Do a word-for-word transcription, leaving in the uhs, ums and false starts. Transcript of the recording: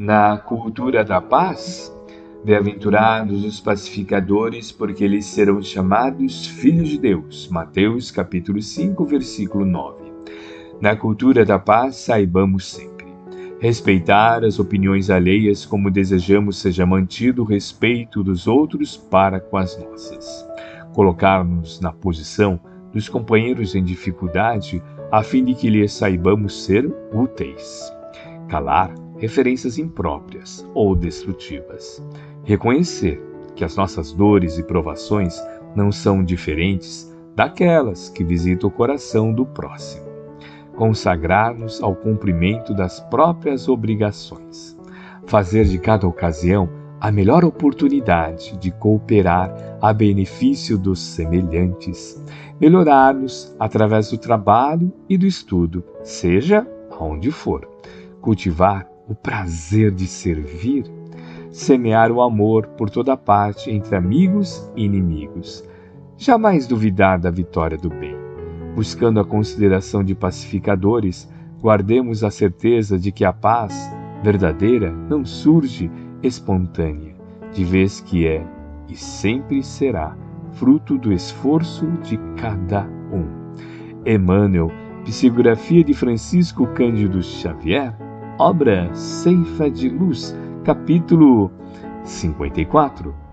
Na cultura da paz, bem-aventurados os pacificadores, porque eles serão chamados filhos de Deus. Mateus capítulo cinco, versículo nove. Na cultura da paz, saibamos sempre respeitar as opiniões alheias como desejamos seja mantido o respeito dos outros para com as nossas. Colocar-nos na posição dos companheiros em dificuldade a fim de que lhes saibamos ser úteis. Calar referências impróprias ou destrutivas. Reconhecer que as nossas dores e provações não são diferentes daquelas que visitam o coração do próximo. Consagrar-nos ao cumprimento das próprias obrigações. Fazer de cada ocasião a melhor oportunidade de cooperar a benefício dos semelhantes. Melhorar-nos através do trabalho e do estudo, seja aonde for. Cultivar o prazer de servir. Semear o amor por toda parte entre amigos e inimigos. Jamais duvidar da vitória do bem. Buscando a consideração de pacificadores, guardemos a certeza de que a paz verdadeira não surge espontânea, de vez que é e sempre será fruto do esforço de cada um. Emmanuel, psicografia de Francisco Cândido Xavier, obra Ceifa de Luz, capítulo cinquenta e quatro.